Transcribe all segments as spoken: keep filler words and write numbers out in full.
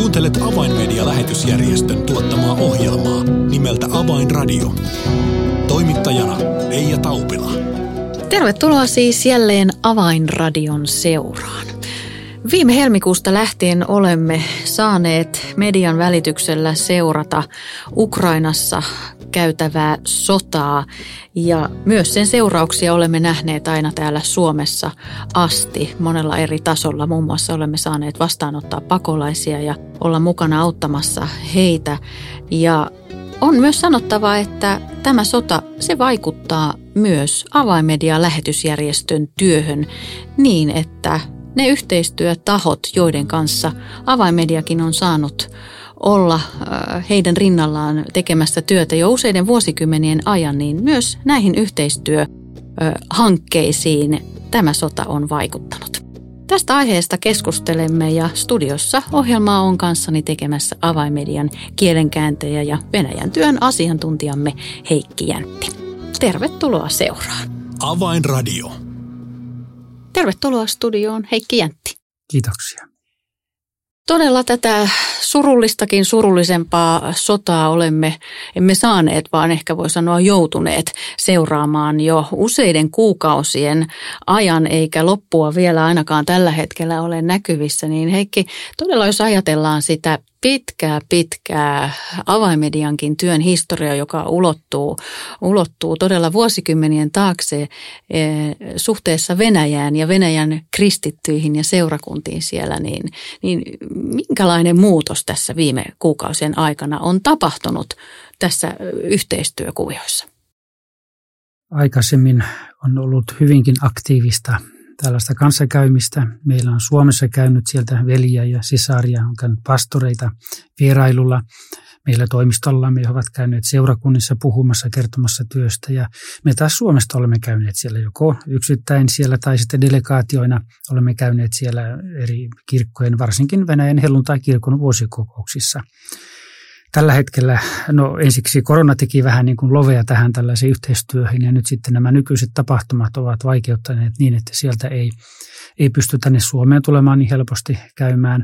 Kuuntelet Avainmedia-lähetysjärjestön tuottamaa ohjelmaa nimeltä Avainradio. Toimittajana Eija Taupila. Tervetuloa siis jälleen Avainradion seuraan. Viime helmikuusta lähtien olemme saaneet median välityksellä seurata Ukrainassa käytävää sotaa ja myös sen seurauksia olemme nähneet aina täällä Suomessa asti monella eri tasolla. Muun muassa olemme saaneet vastaanottaa pakolaisia ja olla mukana auttamassa heitä. Ja on myös sanottava, että tämä sota, se vaikuttaa myös Avainmedia-lähetysjärjestön työhön niin, että ne yhteistyötahot, joiden kanssa Avainmediakin on saanut olla heidän rinnallaan tekemässä työtä jo useiden vuosikymmenien ajan, niin myös näihin yhteistyöhankkeisiin tämä sota on vaikuttanut. Tästä aiheesta keskustelemme ja studiossa ohjelmaa on kanssani tekemässä Avainmedian kielenkääntäjä ja Venäjän työn asiantuntijamme Heikki Jäntti. Tervetuloa seuraan. Avainradio. Tervetuloa studioon Heikki Jäntti. Kiitoksia. Todella tätä surullistakin surullisempaa sotaa olemme, emme saaneet, vaan ehkä voi sanoa joutuneet seuraamaan jo useiden kuukausien ajan, eikä loppua vielä ainakaan tällä hetkellä ole näkyvissä. Niin Heikki, todella jos ajatellaan sitä pitkää, pitkää Avainmediankin työn historiaa, joka ulottuu, ulottuu todella vuosikymmenien taakse eh, suhteessa Venäjään ja Venäjän kristittyihin ja seurakuntiin siellä, niin, niin minkälainen muutos tässä viime kuukausien aikana on tapahtunut tässä yhteistyökuvioissa? Aikaisemmin on ollut hyvinkin aktiivista tällaista kanssakäymistä. Meillä on Suomessa käynyt sieltä veljiä ja sisaria, on käynyt pastoreita vierailulla. Meillä toimistolla me ovat käyneet seurakunnissa puhumassa, kertomassa työstä. Ja me taas Suomesta olemme käyneet siellä joko yksittäin siellä tai sitten delegaatioina olemme käyneet siellä eri kirkkojen, varsinkin Venäjän helluntai-kirkon vuosikokouksissa. Tällä hetkellä, no ensiksi korona teki vähän niin kuin lovea tähän tällaiseen yhteistyöhön ja nyt sitten nämä nykyiset tapahtumat ovat vaikeuttaneet niin, että sieltä ei, ei pysty tänne Suomeen tulemaan niin helposti käymään.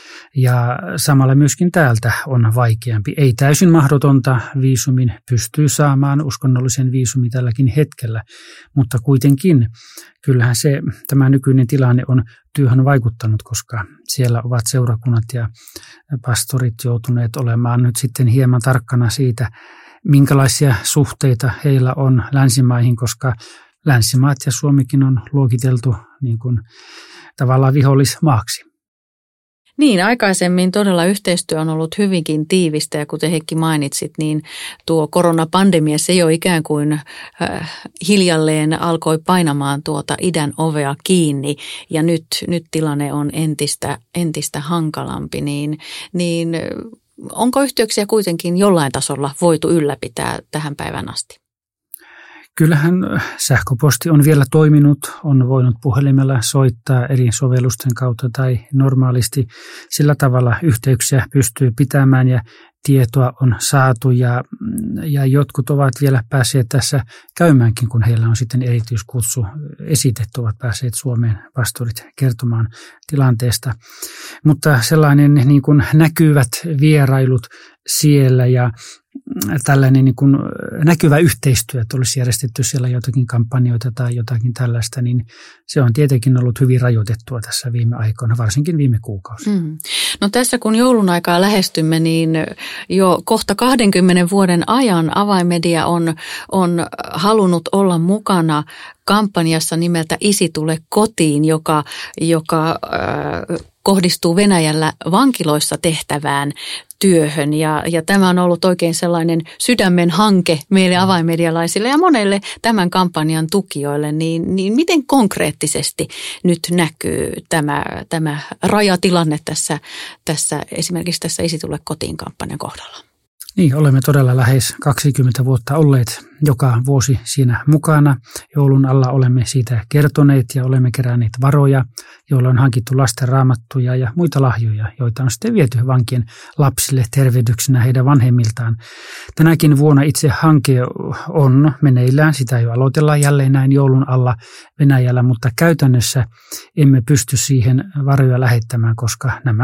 Ja samalla myöskin täältä on vaikeampi. Ei täysin mahdotonta, viisumin pystyy saamaan, uskonnollisen viisumin tälläkin hetkellä, mutta kuitenkin kyllähän se, tämä nykyinen tilanne on työhön vaikuttanut, koska siellä ovat seurakunnat ja pastorit joutuneet olemaan nyt sitten hieman tarkkana siitä, minkälaisia suhteita heillä on länsimaihin, koska länsimaat ja Suomikin on luokiteltu niin kuin tavallaan vihollismaaksi. Niin, aikaisemmin todella yhteistyö on ollut hyvinkin tiivistä ja kuten Heikki mainitsit, niin tuo koronapandemia se jo ikään kuin äh, hiljalleen alkoi painamaan tuota idän ovea kiinni ja nyt, nyt tilanne on entistä, entistä hankalampi, niin, niin onko yhteyksiä kuitenkin jollain tasolla voitu ylläpitää tähän päivän asti? Kyllähän sähköposti on vielä toiminut, on voinut puhelimella soittaa eri sovellusten kautta tai normaalisti sillä tavalla yhteyksiä pystyy pitämään ja tietoa on saatu ja, ja jotkut ovat vielä päässeet tässä käymäänkin, kun heillä on sitten erityiskutsu esitetty, ovat päässeet Suomeen pastorit kertomaan tilanteesta. Mutta sellainen niin kuin näkyvät vierailut siellä ja tällainen niin kuin näkyvä yhteistyö, että olisi järjestetty siellä jotakin kampanjoita tai jotakin tällaista, niin se on tietenkin ollut hyvin rajoitettua tässä viime aikoina, varsinkin viime kuukausina. Mm. No tässä kun joulun aikaa lähestymme, niin jo kohta kahdenkymmenen vuoden ajan Avainmedia on, on halunnut olla mukana kampanjassa nimeltä Isi tule kotiin, joka, joka äh, kohdistuu Venäjällä vankiloissa tehtävään työhön ja, ja tämä on ollut oikein sellainen sydämen hanke meille avainmedialaisille ja monelle tämän kampanjan tukijoille, niin, niin miten konkreettisesti nyt näkyy tämä, tämä rajatilanne tässä, tässä esimerkiksi tässä Isi tule kotiin -kampanjan kohdalla? Niin, olemme todella lähes kaksikymmentä vuotta olleet joka vuosi siinä mukana. Joulun alla olemme siitä kertoneet ja olemme keränneet varoja, joilla on hankittu lasten raamattuja ja muita lahjoja, joita on sitten viety vankien lapsille tervehdyksenä heidän vanhemmiltaan. Tänäkin vuonna itse hanke on meneillään, sitä jo aloitellaan jälleen näin joulun alla Venäjällä, mutta käytännössä emme pysty siihen varoja lähettämään, koska nämä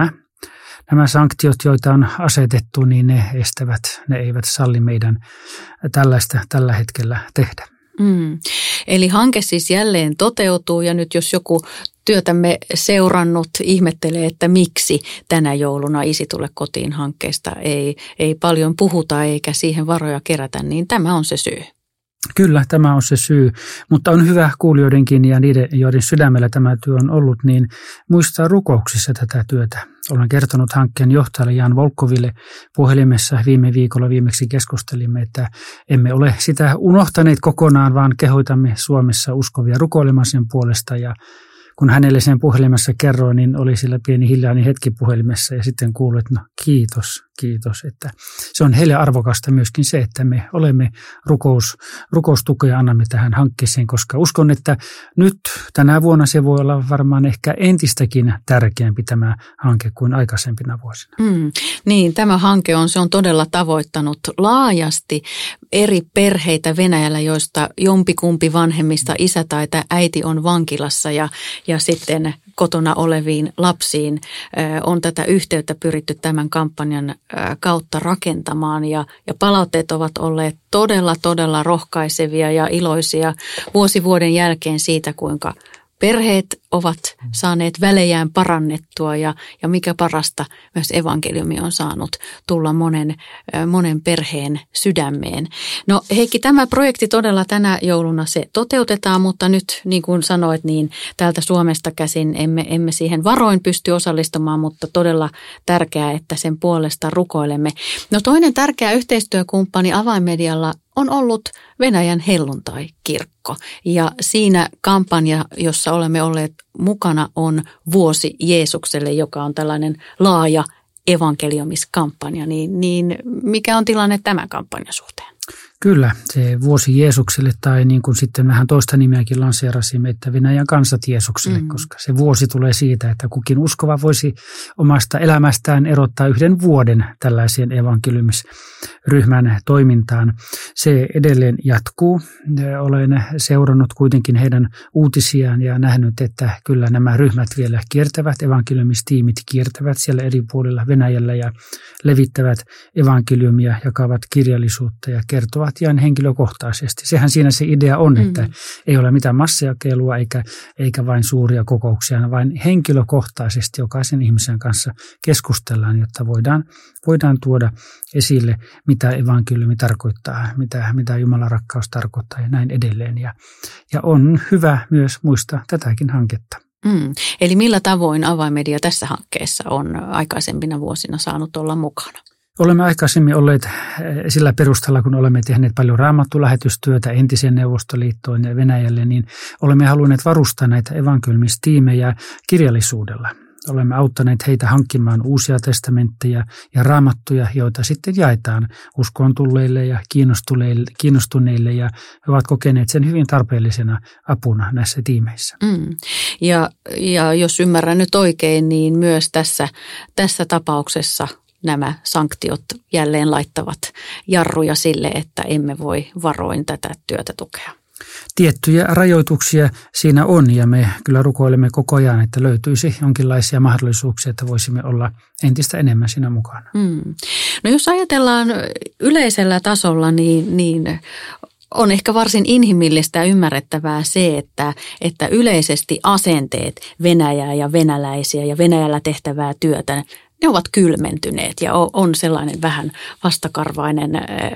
nämä sanktiot, joita on asetettu, niin ne estävät, ne eivät salli meidän tällaista tällä hetkellä tehdä. Mm. Eli hanke siis jälleen toteutuu ja nyt jos joku työtämme seurannut ihmettelee, että miksi tänä jouluna Isi tule kotiin hankkeesta ei, ei paljon puhuta eikä siihen varoja kerätä, niin tämä on se syy. Kyllä, tämä on se syy, mutta on hyvä kuulijoidenkin ja niiden, joiden sydämellä tämä työ on ollut, niin muistaa rukouksissa tätä työtä. Olen kertonut hankkeen johtajalle Jan Volkoville puhelimessa viime viikolla viimeksi keskustelimme, että emme ole sitä unohtaneet kokonaan, vaan kehoitamme Suomessa uskovia rukoilemaan sen puolesta ja kun hänelle sen puhelimessa kerroin, niin oli sillä pieni hiljainen hetki puhelimessa ja sitten kuului, että no kiitos, kiitos. Että se on heille arvokasta myöskin se, että me olemme rukous, rukoustukea annamme tähän hankkeeseen, koska uskon, että nyt tänä vuonna se voi olla varmaan ehkä entistäkin tärkeämpi tämä hanke kuin aikaisempina vuosina. Mm, niin, tämä hanke on, se on todella tavoittanut laajasti eri perheitä Venäjällä, joista jompikumpi vanhemmista, isä tai äiti on vankilassa ja Ja sitten kotona oleviin lapsiin on tätä yhteyttä pyritty tämän kampanjan kautta rakentamaan ja, ja palautteet ovat olleet todella, todella rohkaisevia ja iloisia vuosi vuoden jälkeen siitä, kuinka perheet ovat saaneet välejään parannettua ja, ja mikä parasta, myös evankeliumi on saanut tulla monen, monen perheen sydämeen. No Heikki, tämä projekti todella tänä jouluna se toteutetaan, mutta nyt niin kuin sanoit, niin täältä Suomesta käsin emme, emme siihen varoin pysty osallistumaan, mutta todella tärkeää, että sen puolesta rukoilemme. No toinen tärkeä yhteistyökumppani Avainmedialla on ollut Venäjän helluntai-kirkko ja siinä kampanja, jossa olemme olleet mukana, on Vuosi Jeesukselle, joka on tällainen laaja evankeliumiskampanja. Niin, niin mikä on tilanne tämän kampanjan suhteen? Kyllä, se Vuosi Jeesukselle tai niin kuin sitten vähän toista nimeäkin lanseerasimme, että Venäjän kansat Jeesukselle, mm. koska se vuosi tulee siitä, että kukin uskova voisi omasta elämästään erottaa yhden vuoden tällaiseen evankeliumisryhmän toimintaan. Se edelleen jatkuu. Olen seurannut kuitenkin heidän uutisiaan ja nähnyt, että kyllä nämä ryhmät vielä kiertävät, evankeliumistiimit kiertävät siellä eri puolilla Venäjällä ja levittävät evankeliumia, jakavat kirjallisuutta ja kertovat ihan henkilökohtaisesti. Sehän siinä se idea on, että mm. ei ole mitään massajakelua eikä, eikä vain suuria kokouksia, vaan henkilökohtaisesti jokaisen ihmisen kanssa keskustellaan, jotta voidaan, voidaan tuoda esille, mitä evankeliumi tarkoittaa, mitä, mitä Jumalan rakkaus tarkoittaa ja näin edelleen. Ja, ja on hyvä myös muistaa tätäkin hanketta. Mm. Eli millä tavoin Avainmedia tässä hankkeessa on aikaisempina vuosina saanut olla mukana? Olemme aikaisemmin olleet sillä perustalla, kun olemme tehneet paljon raamattulähetystyötä entiseen Neuvostoliittoon ja Venäjälle, niin olemme halunneet varustaa näitä evankeliumistiimejä kirjallisuudella. Olemme auttaneet heitä hankkimaan uusia testamentteja ja raamattuja, joita sitten jaetaan uskoon tulleille ja kiinnostuneille, ja he ovat kokeneet sen hyvin tarpeellisena apuna näissä tiimeissä. Mm. Ja, ja jos ymmärrän nyt oikein, niin myös tässä, tässä tapauksessa nämä sanktiot jälleen laittavat jarruja sille, että emme voi varoin tätä työtä tukea. Tiettyjä rajoituksia siinä on ja me kyllä rukoilemme koko ajan, että löytyisi jonkinlaisia mahdollisuuksia, että voisimme olla entistä enemmän siinä mukana. Mm. No jos ajatellaan yleisellä tasolla, niin, niin on ehkä varsin inhimillistä ja ymmärrettävää se, että, että yleisesti asenteet Venäjää ja venäläisiä ja Venäjällä tehtävää työtä, ne ovat kylmentyneet ja on sellainen vähän vastakarvainen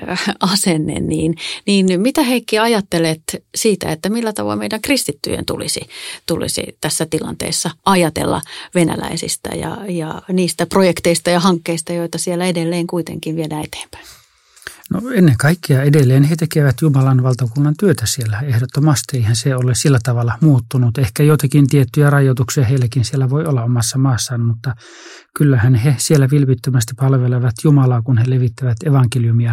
asenne. Niin, niin mitä Heikki ajattelet siitä, että millä tavoin meidän kristittyjen tulisi, tulisi tässä tilanteessa ajatella venäläisistä ja, ja niistä projekteista ja hankkeista, joita siellä edelleen kuitenkin viedään eteenpäin? No ennen kaikkea edelleen he tekevät Jumalan valtakunnan työtä siellä. Ehdottomasti eihän se ole sillä tavalla muuttunut. Ehkä jotakin tiettyjä rajoituksia heillekin siellä voi olla omassa maassaan, mutta kyllähän he siellä vilpittömästi palvelevat Jumalaa, kun he levittävät evankeliumia.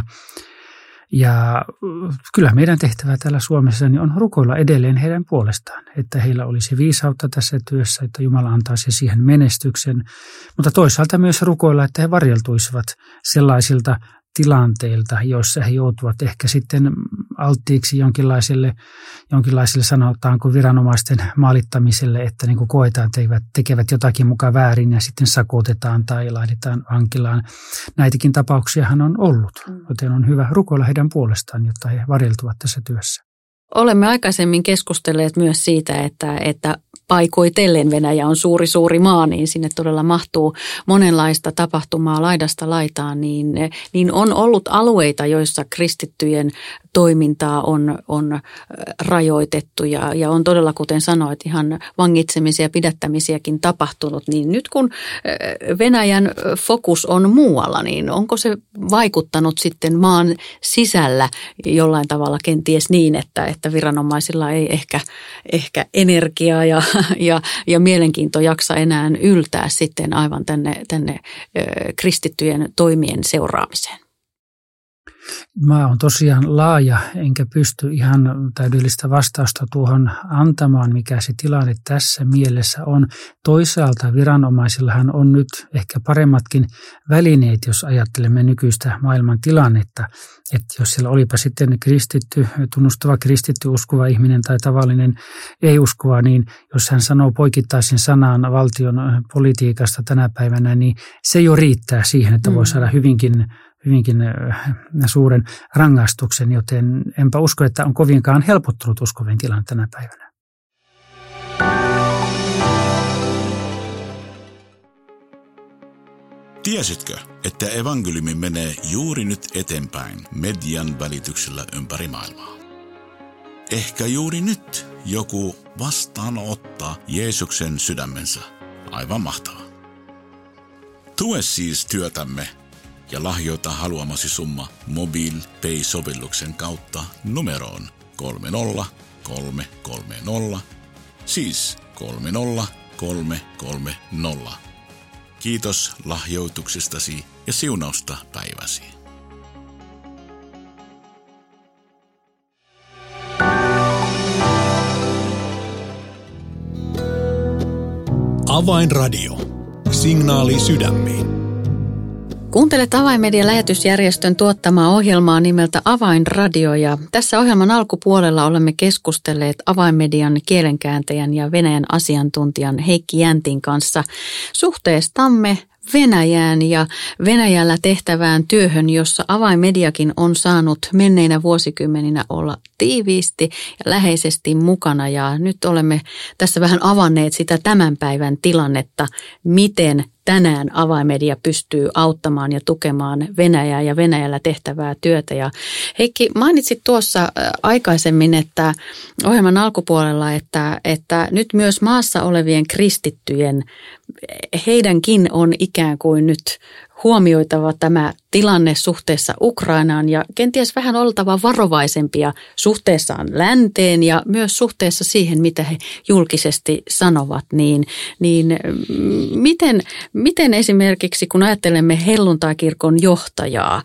Ja kyllä meidän tehtävä täällä Suomessa niin on rukoilla edelleen heidän puolestaan, että heillä olisi viisautta tässä työssä, että Jumala antaisi siihen menestyksen, mutta toisaalta myös rukoilla, että he varjeltuisivat sellaisilta tilanteilta, joissa he joutuvat ehkä sitten alttiiksi jonkinlaiselle, jonkinlaiselle sanotaanko viranomaisten maalittamiselle, että niin kuin koetaan, että eivät tekevät jotakin mukaan väärin ja sitten sakotetaan tai laitetaan vankilaan. Näitäkin tapauksiahan on ollut, joten on hyvä rukoilla heidän puolestaan, jotta he varjeltuvat tässä työssä. Olemme aikaisemmin keskustelleet myös siitä, että, että paikoitellen Venäjä on suuri, suuri maa, niin sinne todella mahtuu monenlaista tapahtumaa laidasta laitaan, niin, niin on ollut alueita, joissa kristittyjen toimintaa on, on rajoitettu ja, ja on todella, kuten sanoit, ihan vangitsemisia ja pidättämisiäkin tapahtunut. Niin nyt kun Venäjän fokus on muualla, niin onko se vaikuttanut sitten maan sisällä jollain tavalla kenties niin, että, että viranomaisilla ei ehkä, ehkä energiaa ja, ja, ja mielenkiinto jaksa enää yltää sitten aivan tänne, tänne kristittyjen toimien seuraamiseen? Maa on tosiaan laaja, enkä pysty ihan täydellistä vastausta tuohon antamaan, mikä se tilanne tässä mielessä on. Toisaalta viranomaisillahan on nyt ehkä paremmatkin välineet, jos ajattelemme nykyistä maailman tilannetta. Että jos siellä olipa sitten kristitty, tunnustava kristitty, uskova ihminen tai tavallinen ei-uskova, niin jos hän sanoo poikittaisen sanan valtion politiikasta tänä päivänä, niin se jo riittää siihen, että voi saada hyvinkin hyvinkin suuren rangaistuksen, joten enpä usko, että on kovinkaan helpottunut uskovien tilanne tänä päivänä. Tiesitkö, että evankeliumi menee juuri nyt eteenpäin median välityksellä ympäri maailmaa? Ehkä juuri nyt joku vastaanottaa Jeesuksen sydämensä. Aivan mahtavaa. Tue siis työtämme ja lahjoita haluamasi summa MobilePay-sovelluksen kautta numeroon kolme nolla kolme kolme nolla, siis kolme nolla kolme kolme nolla. Kiitos lahjoituksestasi ja siunausta päiväsi. Avainradio. Signaali sydämiin. Kuuntelet Avainmedian lähetysjärjestön tuottamaa ohjelmaa nimeltä Avainradio ja tässä ohjelman alkupuolella olemme keskustelleet Avainmedian kielenkääntäjän ja Venäjän asiantuntijan Heikki Jäntin kanssa suhteestamme Venäjään ja Venäjällä tehtävään työhön, jossa Avainmediakin on saanut menneinä vuosikymmeninä olla tiiviisti ja läheisesti mukana. Ja nyt olemme tässä vähän avanneet sitä tämän päivän tilannetta, miten tänään Avainmedia pystyy auttamaan ja tukemaan Venäjää ja Venäjällä tehtävää työtä. Ja Heikki, mainitsit tuossa aikaisemmin, että ohjelman alkupuolella, että, että nyt myös maassa olevien kristittyjen, heidänkin on ikään kuin nyt huomioitava tämä tilanne suhteessa Ukrainaan ja kenties vähän oltava varovaisempia suhteessaan länteen ja myös suhteessa siihen, mitä he julkisesti sanovat. Niin, niin miten, miten esimerkiksi, kun ajattelemme helluntaikirkon johtajaa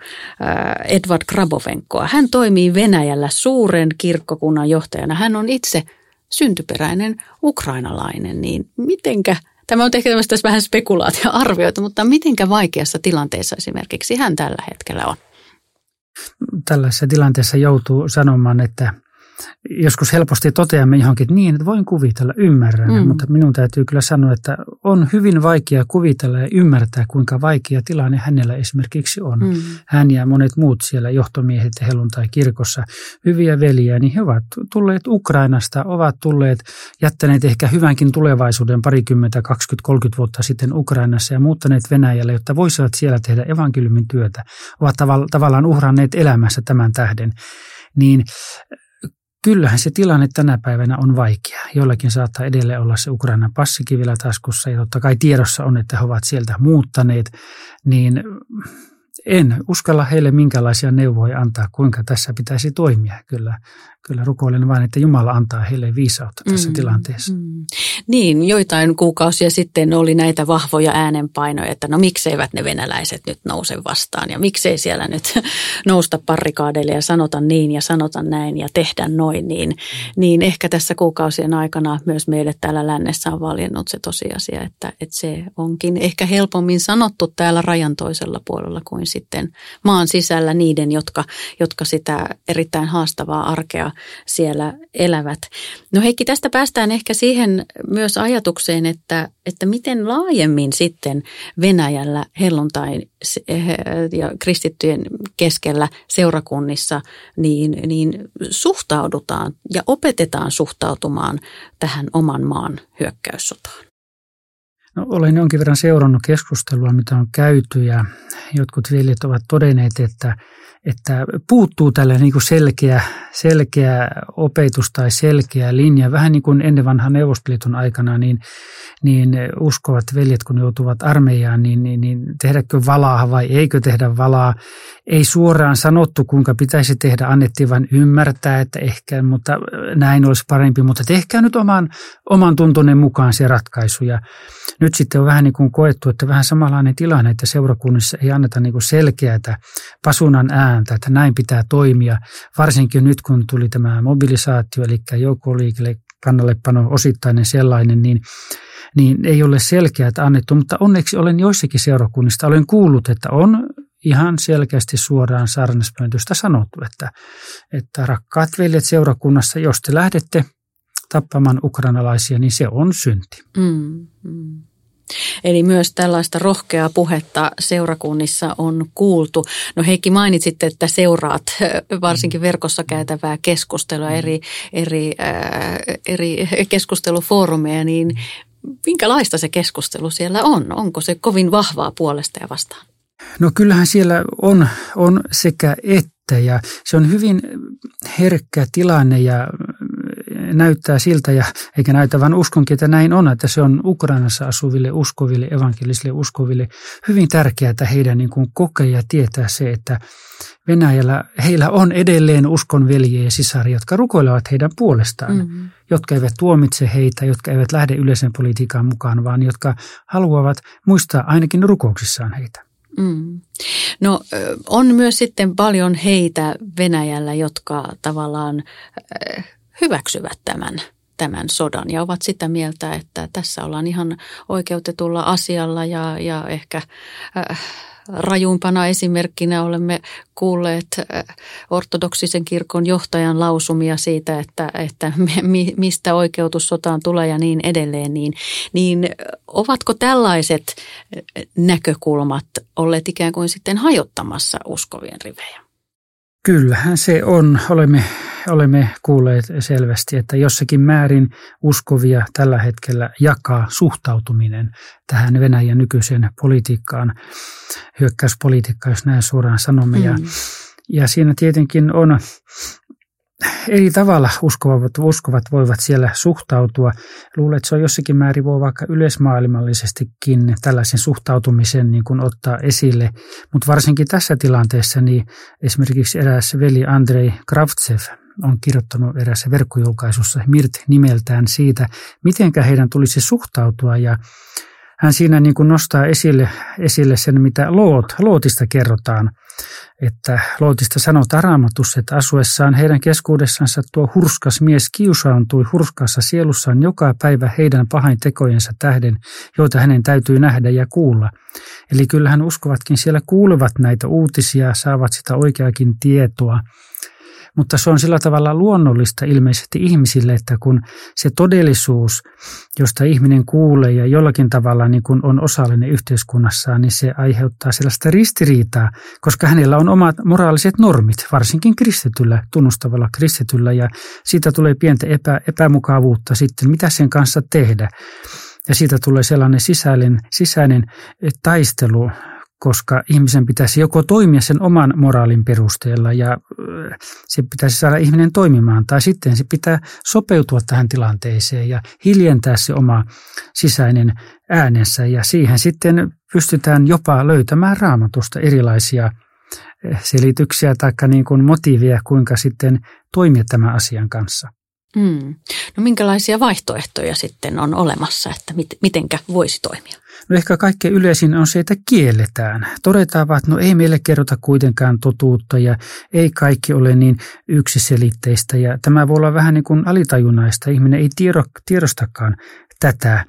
Edvard Grabovenkoa, hän toimii Venäjällä suuren kirkkokunnan johtajana. Hän on itse syntyperäinen ukrainalainen, niin mitenkä? Tämä on ehkä tämmöistä vähän spekulaatio-arvioita, mutta mitenkä vaikeassa tilanteessa esimerkiksi hän tällä hetkellä on? Tällaisessa tilanteessa joutuu sanomaan, että joskus helposti toteamme johonkin, että niin, että voin kuvitella, ymmärrän, mm. mutta minun täytyy kyllä sanoa, että on hyvin vaikea kuvitella ja ymmärtää, kuinka vaikea tilanne hänellä esimerkiksi on. Mm. Hän ja monet muut siellä johtomiehet ja helluntai-kirkossa, hyviä veljiä, niin he ovat tulleet Ukrainasta, ovat tulleet, jättäneet ehkä hyvänkin tulevaisuuden parikymmentä, kaksikymmentä, kolmekymmentä vuotta sitten Ukrainassa ja muuttaneet Venäjälle, jotta voisivat siellä tehdä evankeliumin työtä. Ovat tavallaan uhranneet elämässä tämän tähden. Niin kyllähän se tilanne tänä päivänä on vaikea. Jollakin saattaa edelleen olla se Ukrainan passikin vielä taskussa ja totta kai tiedossa on, että he ovat sieltä muuttaneet, niin en uskalla heille minkälaisia neuvoja antaa, kuinka tässä pitäisi toimia. Kyllä, kyllä rukoilen vain, että Jumala antaa heille viisautta tässä mm, tilanteessa. Mm. Niin, joitain kuukausia sitten oli näitä vahvoja äänenpainoja, että no mikseivät ne venäläiset nyt nouse vastaan ja miksei siellä nyt nousta parrikaadeille ja sanota niin ja sanota näin ja tehdä noin. Niin, niin ehkä tässä kuukausien aikana myös meille täällä lännessä on valjennut se tosiasia, että, että se onkin ehkä helpommin sanottu täällä rajan toisella puolella kuin sitten maan sisällä niiden, jotka, jotka sitä erittäin haastavaa arkea siellä elävät. No Heikki, tästä päästään ehkä siihen myös ajatukseen, että, että miten laajemmin sitten Venäjällä helluntain ja kristittyjen keskellä seurakunnissa niin, niin suhtaudutaan ja opetetaan suhtautumaan tähän oman maan hyökkäyssotaan. No, olen jonkin verran seurannut keskustelua, mitä on käyty ja jotkut veljet ovat todenneet, että, että puuttuu tällainen niin kuin selkeä, selkeä opetus tai selkeä linja. Vähän niin kuin ennen vanhan Neuvostoliiton aikana, niin, niin uskovat veljet, kun joutuvat armeijaan, niin, niin, niin tehdäkö valaa vai eikö tehdä valaa. Ei suoraan sanottu, kuinka pitäisi tehdä, annettiin vain ymmärtää, että ehkä, mutta näin olisi parempi, mutta tehkää nyt oman, oman tuntonne mukaan se ratkaisu. Ja nyt sitten on vähän niin kuin koettu, että vähän samanlainen tilanne, että seurakunnissa ei anneta niin kuin selkeätä pasunan ääntä, että näin pitää toimia. Varsinkin nyt, kun tuli tämä mobilisaatio, eli joukkoliikelle kannallepano osittainen sellainen, niin, niin ei ole selkeät annettu. Mutta onneksi olen joissakin seurakunnista, olen kuullut, että on ihan selkeästi suoraan saarnaspöntöstä sanottu, että, että rakkaat veljet seurakunnassa, jos te lähdette tappamaan ukrainalaisia, niin se on synti. Mm, mm. Eli myös tällaista rohkeaa puhetta seurakunnissa on kuultu. No Heikki, mainitsitte, että seuraat varsinkin verkossa käytävää keskustelua, eri, eri, äh, eri keskustelufoorumeja, niin minkälaista se keskustelu siellä on? Onko se kovin vahvaa puolesta ja vastaan? No kyllähän siellä on, on sekä että ja se on hyvin herkkä tilanne ja näyttää siltä, ja eikä näytä, vaan uskonkin, että näin on, että se on Ukrainassa asuville uskoville, evankelisille uskoville hyvin tärkeää, että heidän niin kuin kokea ja tietää se, että Venäjällä heillä on edelleen uskonveljiä ja sisaria, jotka rukoilevat heidän puolestaan, mm-hmm. jotka eivät tuomitse heitä, jotka eivät lähde yleisen politiikan mukaan, vaan jotka haluavat muistaa ainakin rukouksissaan heitä. Mm. No on myös sitten paljon heitä Venäjällä, jotka tavallaan hyväksyvät tämän, tämän sodan ja ovat sitä mieltä, että tässä ollaan ihan oikeutetulla asialla ja, ja ehkä äh, rajuimpana esimerkkinä olemme kuulleet äh, ortodoksisen kirkon johtajan lausumia siitä, että, että mi, mistä oikeutus sotaan tulee ja niin edelleen. Niin, niin ovatko tällaiset näkökulmat olleet ikään kuin sitten hajottamassa uskovien rivejä? Kyllähän se on. Olemme, olemme kuulleet selvästi, että jossakin määrin uskovia tällä hetkellä jakaa suhtautuminen tähän Venäjän nykyiseen politiikkaan, hyökkäyspolitiikkaan, jos näin suoraan sanomme. Mm. Ja, ja siinä tietenkin on eri tavalla uskovat, uskovat voivat siellä suhtautua. Luulen, että se on jossakin määrin voi vaikka yleismaailmallisestikin tällaisen suhtautumisen niin kuin ottaa esille. Mutta varsinkin tässä tilanteessa niin esimerkiksi eräs veli Andrei Kravtsev on kirjoittanut erässä verkkojulkaisussa Mirt nimeltään siitä, miten heidän tulisi suhtautua. Ja hän siinä niin kuin nostaa esille, esille sen, mitä Loot, Lootista kerrotaan. Että Lootista sanotaan Raamatussa, että asuessaan heidän keskuudessansa tuo hurskas mies kiusauntui hurskaassa sielussaan joka päivä heidän pahain tekojensa tähden, joita hänen täytyy nähdä ja kuulla. Eli kyllähän uskovatkin siellä kuulevat näitä uutisia, saavat sitä oikeakin tietoa. Mutta se on sillä tavalla luonnollista ilmeisesti ihmisille, että kun se todellisuus, josta ihminen kuulee ja jollakin tavalla niin kun on osallinen yhteiskunnassaan, niin se aiheuttaa sellaista ristiriitaa, koska hänellä on omat moraaliset normit, varsinkin kristityllä, tunnustavalla kristityllä, ja siitä tulee pientä epä, epämukavuutta sitten, mitä sen kanssa tehdä. Ja siitä tulee sellainen sisäinen, sisäinen taistelu, koska ihmisen pitäisi joko toimia sen oman moraalin perusteella ja se pitäisi saada ihminen toimimaan, tai sitten se pitää sopeutua tähän tilanteeseen ja hiljentää se oma sisäinen äänensä, ja siihen sitten pystytään jopa löytämään Raamatusta erilaisia selityksiä tai niin kuin motiiveja, kuinka sitten toimia tämän asian kanssa. Hmm. No minkälaisia vaihtoehtoja sitten on olemassa, että mit, mitenkä voisi toimia? No ehkä kaikkein yleisin on se, että kielletään. Todetaan vaan, että no ei meille kerrota kuitenkaan totuutta ja ei kaikki ole niin yksiselitteistä. Ja tämä voi olla vähän niin kuin alitajunnaista. Ihminen ei tiedo, tiedostakaan tätä.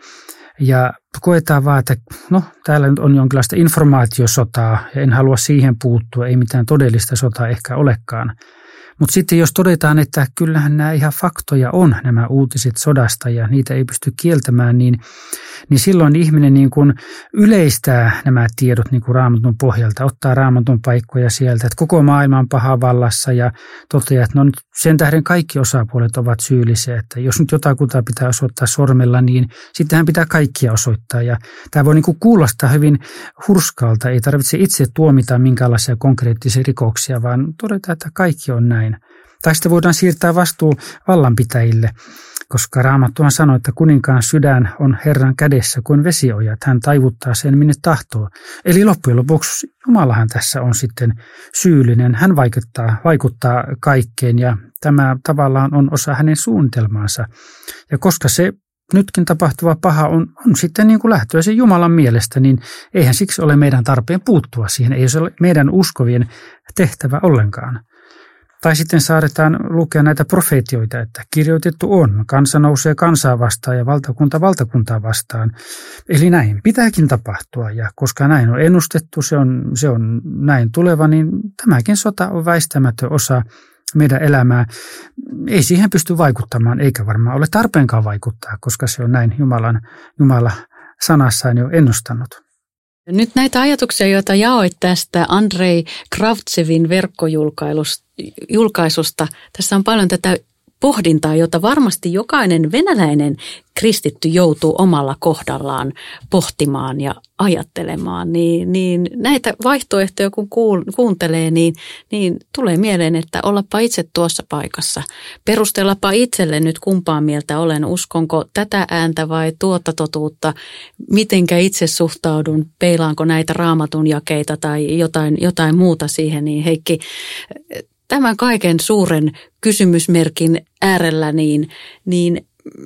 Ja koetaan vaan, että no täällä nyt on jonkinlaista informaatiosotaa ja en halua siihen puuttua, ei mitään todellista sotaa ehkä olekaan. Mutta sitten jos todetaan, että kyllähän nämä ihan faktoja on, nämä uutiset sodasta ja niitä ei pysty kieltämään, niin, niin silloin ihminen niin kuin yleistää nämä tiedot niin kuin Raamatun pohjalta, ottaa Raamatun paikkoja sieltä, että koko maailma on paha vallassa ja toteaa, että no nyt sen tähden kaikki osapuolet ovat syyllisiä, että jos nyt jotakuta pitää osoittaa sormella, niin sittenhän pitää kaikkia osoittaa. Ja tämä voi niin kuin kuulostaa hyvin hurskalta, ei tarvitse itse tuomita minkäänlaisia konkreettisia rikoksia, vaan todeta, että kaikki on näin. Tai sitten voidaan siirtää vastuu vallanpitäjille, koska Raamattuhan sanoo, että kuninkaan sydän on Herran kädessä kuin vesioja, että hän taivuttaa sen minne tahtoo. Eli loppujen lopuksi Jumalahan tässä on sitten syyllinen, hän vaikuttaa, vaikuttaa kaikkeen ja tämä tavallaan on osa hänen suunnitelmaansa. Ja koska se nytkin tapahtuva paha on, on sitten niin kuin lähtöisin Jumalan mielestä, niin eihän siksi ole meidän tarpeen puuttua siihen, ei se ole meidän uskovien tehtävä ollenkaan. Tai sitten saadetaan lukea näitä profeetioita, että kirjoitettu on, kansa nousee kansaa vastaan ja valtakunta valtakuntaa vastaan. Eli näin pitääkin tapahtua ja koska näin on ennustettu, se on, se on näin tuleva, niin tämäkin sota on väistämätön osa meidän elämää. Ei siihen pysty vaikuttamaan, eikä varmaan ole tarpeenkaan vaikuttaa, koska se on näin Jumalan, Jumala sanassaan jo ennustanut. Nyt näitä ajatuksia, joita jaoit tästä Andrei Kravtsevin verkkojulkaisusta, tässä on paljon tätä pohdintaa, jota varmasti jokainen venäläinen kristitty joutuu omalla kohdallaan pohtimaan ja ajattelemaan, niin, niin näitä vaihtoehtoja kun kuuntelee, niin, niin tulee mieleen, että ollapa itse tuossa paikassa. Perustellapa itselle nyt kumpaa mieltä olen, uskonko tätä ääntä vai tuota totuutta, mitenkä itse suhtaudun, peilaanko näitä Raamatun jakeita tai jotain, jotain muuta siihen, niin Heikki, tämän kaiken suuren kysymysmerkin äärellä, niin, niin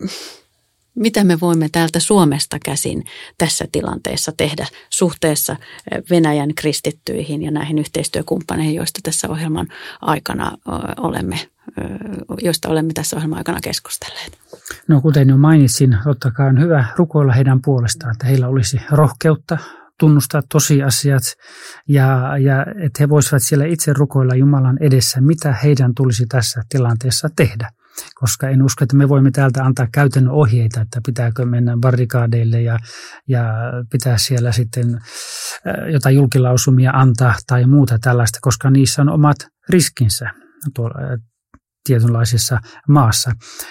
mitä me voimme täältä Suomesta käsin tässä tilanteessa tehdä suhteessa Venäjän kristittyihin ja näihin yhteistyökumppaneihin, joista tässä ohjelman aikana olemme, joista olemme tässä ohjelman aikana keskustelleet? No kuten jo mainitsin, totta kai on hyvä rukoilla heidän puolestaan, että heillä olisi rohkeutta tunnustaa tosiasiat ja, ja että he voisivat siellä itse rukoilla Jumalan edessä, mitä heidän tulisi tässä tilanteessa tehdä. Koska en usko, että me voimme täältä antaa käytännön ohjeita, että pitääkö mennä barrikaadeille ja, ja pitää siellä sitten jotain julkilausumia antaa tai muuta tällaista, koska niissä on omat riskinsä tuolla tietynlaisessa maassa.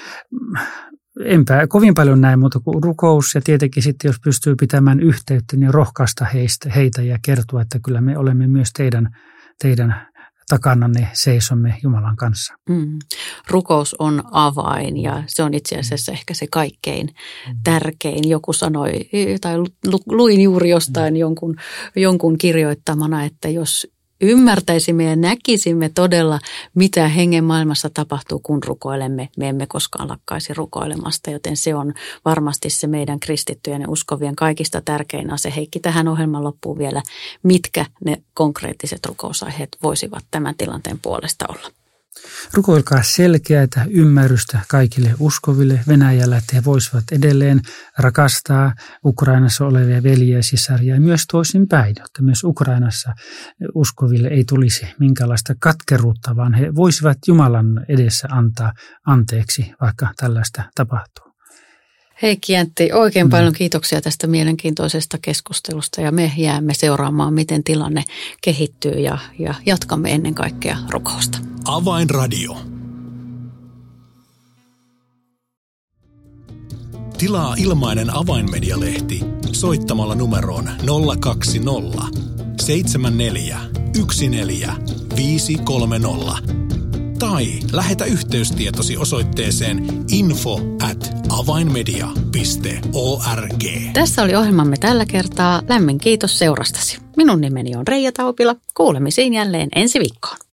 Enpä kovin paljon näin, mutta kun rukous ja tietenkin sitten, jos pystyy pitämään yhteyttä, niin rohkaista heistä, heitä ja kertoa, että kyllä me olemme myös teidän, teidän takananne seisomme Jumalan kanssa. Mm. Rukous on avain ja se on itse asiassa ehkä se kaikkein tärkein. Joku sanoi, tai luin juuri jostain jonkun, jonkun kirjoittamana, että jos ymmärtäisimme ja näkisimme todella, mitä hengen maailmassa tapahtuu, kun rukoilemme. Me emme koskaan lakkaisi rukoilemasta, joten se on varmasti se meidän kristittyjen ja uskovien kaikista tärkein ase. Heikki, tähän ohjelman loppuun vielä, mitkä ne konkreettiset rukousaiheet voisivat tämän tilanteen puolesta olla? Rukoilkaa selkeää ymmärrystä kaikille uskoville Venäjällä, että he voisivat edelleen rakastaa Ukrainassa olevia veljiä ja sisaria ja myös toisinpäin, että myös Ukrainassa uskoville ei tulisi minkäänlaista katkeruutta, vaan he voisivat Jumalan edessä antaa anteeksi, vaikka tällaista tapahtuu. Heikki Jäntti, oikein paljon kiitoksia tästä mielenkiintoisesta keskustelusta ja me jäämme seuraamaan, miten tilanne kehittyy ja, ja jatkamme ennen kaikkea rukousta. Avainradio. Tilaa ilmainen Avainmedia-lehti soittamalla numeroon nolla kaksi nolla seitsemän neljä yksi neljä viisi kolme nolla tai lähetä yhteystietosi osoitteeseen info at avainmedia piste org. Tässä oli ohjelmamme tällä kertaa. Lämmin kiitos seurastasi. Minun nimeni on Reija Taupila. Kuulemisiin jälleen ensi viikkoon.